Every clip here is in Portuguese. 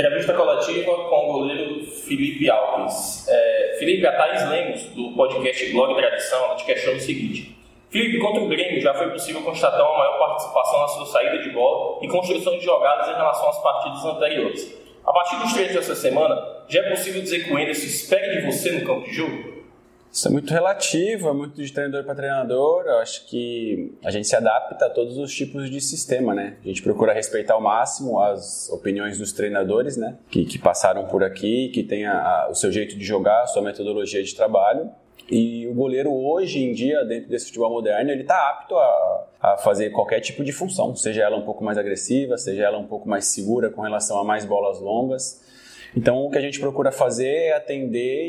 Entrevista coletiva com o goleiro Felipe Alves. Felipe, a Thaís Lemos, do podcast Blog Tradição, ela te questiona o seguinte. Felipe, contra o Grêmio já foi possível constatar uma maior participação na sua saída de bola e construção de jogadas em relação às partidas anteriores. A partir dos treinos dessa semana, já é possível dizer que o Enderson espere de você no campo de jogo? Isso é muito relativo, é muito de treinador para treinador. Eu acho que a gente se adapta a todos os tipos de sistema, né? A gente procura respeitar ao máximo as opiniões dos treinadores, né? Que passaram por aqui, que tem o seu jeito de jogar, a sua metodologia de trabalho. E o goleiro hoje em dia, dentro desse futebol moderno, ele está apto a fazer qualquer tipo de função, seja ela um pouco mais agressiva, seja ela um pouco mais segura com relação a mais bolas longas. Então, o que a gente procura fazer é atender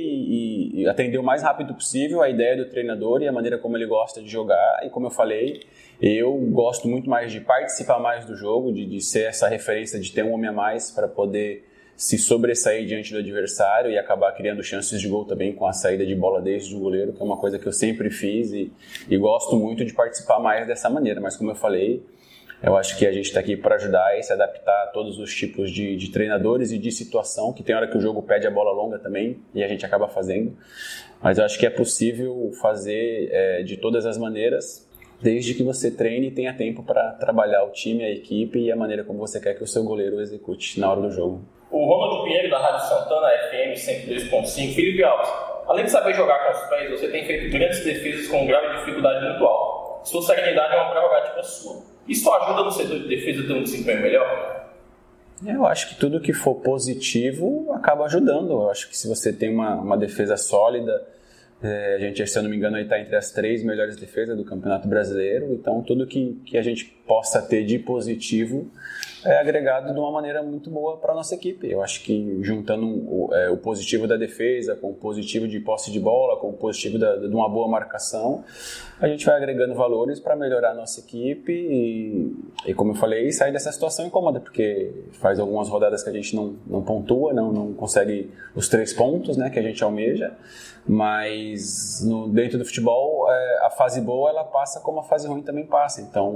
e atender o mais rápido possível a ideia do treinador e a maneira como ele gosta de jogar. E como eu falei, eu gosto muito mais de participar mais do jogo, de ser essa referência, de ter um homem a mais para poder se sobressair diante do adversário e acabar criando chances de gol também com a saída de bola desde o goleiro, que é uma coisa que eu sempre fiz e gosto muito de participar mais dessa maneira. Mas como eu falei, eu acho que a gente está aqui para ajudar e se adaptar a todos os tipos de treinadores e de situação, que tem hora que o jogo pede a bola longa também e a gente acaba fazendo. Mas eu acho que é possível fazer de todas as maneiras, desde que você treine e tenha tempo para trabalhar o time, a equipe e a maneira como você quer que o seu goleiro execute na hora do jogo. O Ronald Pinheiro, da Rádio Santana, FM 102.5. Felipe Alves, além de saber jogar com os pés, você tem feito grandes defesas com um grau de dificuldade muito alto. Sua serenidade é uma prerrogativa sua. Isso ajuda no setor de defesa a ter um desempenho melhor? Eu acho que tudo que for positivo acaba ajudando. Eu acho que se você tem uma defesa sólida, a gente, se eu não me engano, está entre as 3 melhores defesas do Campeonato Brasileiro. Então, tudo que a gente possa ter de positivo é agregado de uma maneira muito boa para a nossa equipe. Eu acho que juntando o positivo da defesa com o positivo de posse de bola, com o positivo de uma boa marcação, a gente vai agregando valores para melhorar a nossa equipe e, como eu falei, sair dessa situação incômoda, porque faz algumas rodadas que a gente não pontua, não consegue os 3 pontos, né, que a gente almeja, mas dentro do futebol a fase boa ela passa como a fase ruim também passa. Então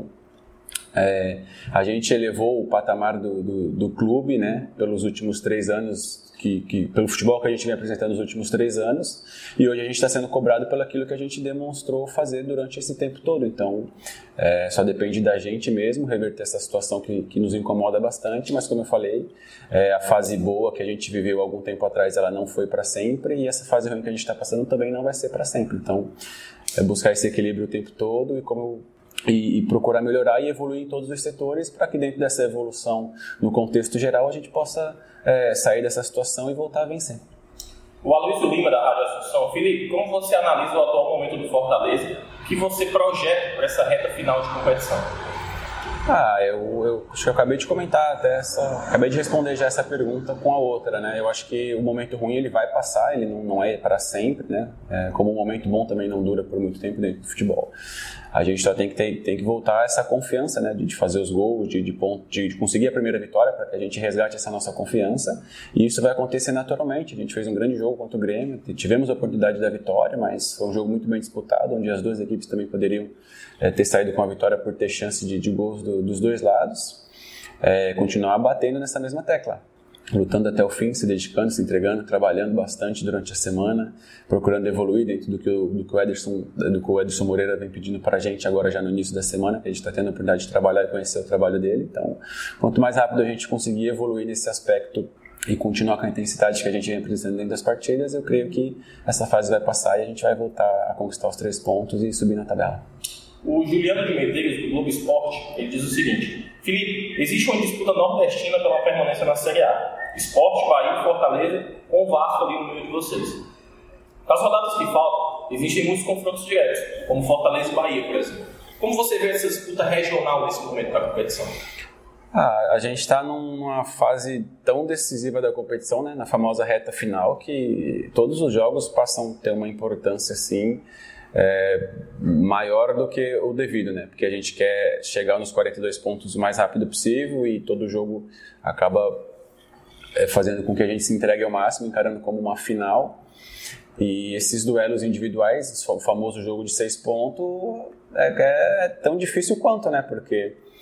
a gente elevou o patamar do clube, né, pelos últimos 3 anos, pelo futebol que a gente vem apresentando nos últimos 3 anos, e hoje a gente está sendo cobrado pelo aquilo que a gente demonstrou fazer durante esse tempo todo. Então, só depende da gente mesmo reverter essa situação que nos incomoda bastante, mas como eu falei, a fase boa que a gente viveu algum tempo atrás, ela não foi para sempre, e essa fase ruim que a gente está passando também não vai ser para sempre. Então, buscar esse equilíbrio o tempo todo e procurar melhorar e evoluir em todos os setores para que dentro dessa evolução, no contexto geral, a gente possa sair dessa situação e voltar a vencer. O Aloysio Lima, da Rádio Assunção. Felipe, como você analisa o atual momento do Fortaleza? O que você projeta para essa reta final de competição? Eu acho que eu acabei de comentar acabei de responder já essa pergunta com a outra, né? Eu acho que o momento ruim ele vai passar, ele não é para sempre, né? Como o momento bom também não dura por muito tempo dentro do futebol. A gente só tem que voltar a essa confiança, né? De fazer os gols, de conseguir a primeira vitória para que a gente resgate essa nossa confiança, e isso vai acontecer naturalmente. A gente fez um grande jogo contra o Grêmio, tivemos a oportunidade da vitória, mas foi um jogo muito bem disputado, onde as 2 equipes também poderiam ter saído com a vitória por ter chance de gols dos 2 lados. Continuar batendo nessa mesma tecla, lutando até o fim, se dedicando, se entregando, trabalhando bastante durante a semana, procurando evoluir dentro do que o Edson Moreira vem pedindo para a gente agora já no início da semana, que a gente está tendo a oportunidade de trabalhar e conhecer o trabalho dele. Então, quanto mais rápido a gente conseguir evoluir nesse aspecto e continuar com a intensidade que a gente vem apresentando dentro das partidas, eu creio que essa fase vai passar e a gente vai voltar a conquistar os 3 pontos e subir na tabela. O Juliano de Medeiros, do Globo Esporte, ele diz o seguinte: Felipe, existe uma disputa nordestina pela permanência na Série A. Sport, Bahia e Fortaleza, com o Vasco ali no meio de vocês. Nas rodadas que faltam, existem muitos confrontos diretos, como Fortaleza e Bahia, por exemplo. Como você vê essa disputa regional nesse momento da competição? A gente está numa fase tão decisiva da competição, né, na famosa reta final, que todos os jogos passam a ter uma importância assim, maior do que o devido, né? Porque a gente quer chegar nos 42 pontos o mais rápido possível e todo jogo acaba fazendo com que a gente se entregue ao máximo, encarando como uma final. E esses duelos individuais, o famoso jogo de 6 pontos, é tão difícil quanto, né? Porque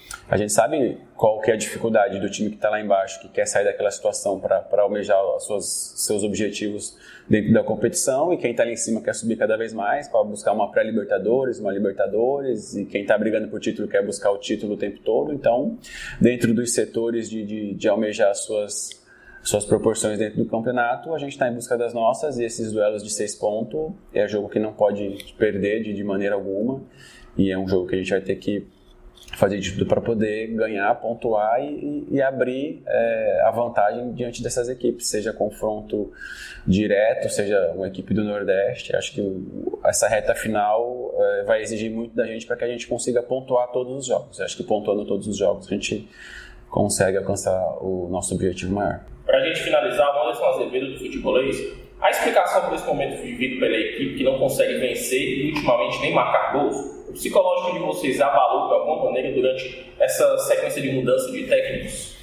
a gente sabe qual que é a dificuldade do time que está lá embaixo, que quer sair daquela situação para almejar seus objetivos dentro da competição, e quem está ali em cima quer subir cada vez mais para buscar uma pré-Libertadores, uma Libertadores, e quem está brigando por título quer buscar o título o tempo todo. Então, dentro dos setores de almejar suas proporções dentro do campeonato, a gente está em busca das nossas, e esses duelos de 6 pontos é jogo que não pode perder de maneira alguma, e é um jogo que a gente vai ter que fazer de tudo para poder ganhar, pontuar e abrir a vantagem diante dessas equipes, seja confronto direto, seja uma equipe do Nordeste. Acho que essa reta final vai exigir muito da gente para que a gente consiga pontuar todos os jogos. Acho que pontuando todos os jogos a gente consegue alcançar o nosso objetivo maior. Para a gente finalizar, o Anderson Azevedo do Futebolês, a explicação por esse momento vivido pela equipe que não consegue vencer e ultimamente nem marcar gols, o psicológico de vocês abalou de alguma maneira durante essa sequência de mudança de técnicos?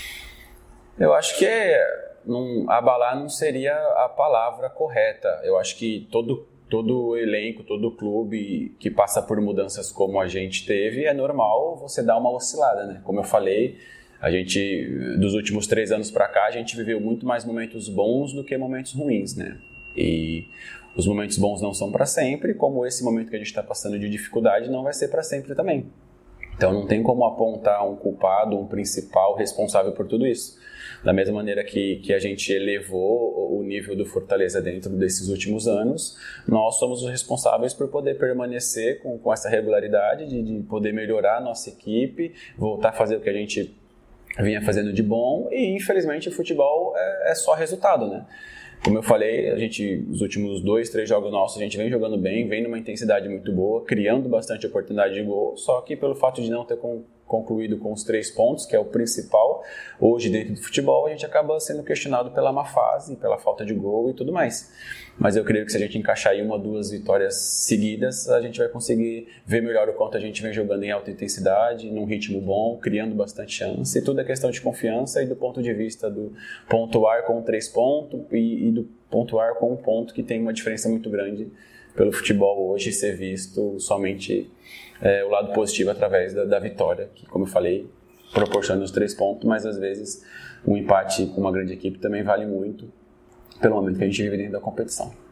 Eu acho que abalar não seria a palavra correta. Eu acho que todo elenco, todo clube que passa por mudanças como a gente teve, é normal você dar uma oscilada, né? Como eu falei, a gente, dos últimos 3 anos para cá, a gente viveu muito mais momentos bons do que momentos ruins, né? E os momentos bons não são para sempre, como esse momento que a gente está passando de dificuldade não vai ser para sempre também. Então não tem como apontar um culpado, um principal responsável por tudo isso. Da mesma maneira que a gente elevou o nível do Fortaleza dentro desses últimos anos, nós somos os responsáveis por poder permanecer com essa regularidade, de poder melhorar a nossa equipe, voltar a fazer o que a gente vinha fazendo de bom, e infelizmente o futebol é só resultado, né? Como eu falei, os últimos 2, 3 jogos nossos, a gente vem jogando bem, vem numa intensidade muito boa, criando bastante oportunidade de gol, só que pelo fato de não ter concluído com os 3 pontos, que é o principal, hoje dentro do futebol, a gente acaba sendo questionado pela má fase, pela falta de gol e tudo mais. Mas eu creio que se a gente encaixar aí 1 ou 2 vitórias seguidas, a gente vai conseguir ver melhor o quanto a gente vem jogando em alta intensidade, num ritmo bom, criando bastante chance, e tudo é questão de confiança e do ponto de vista do pontuar com 3 pontos e do pontuar com 1 ponto, que tem uma diferença muito grande pelo futebol hoje ser visto somente o lado positivo através da vitória, que, como eu falei, proporciona os 3 pontos, mas às vezes um empate com uma grande equipe também vale muito pelo momento que a gente vive dentro da competição.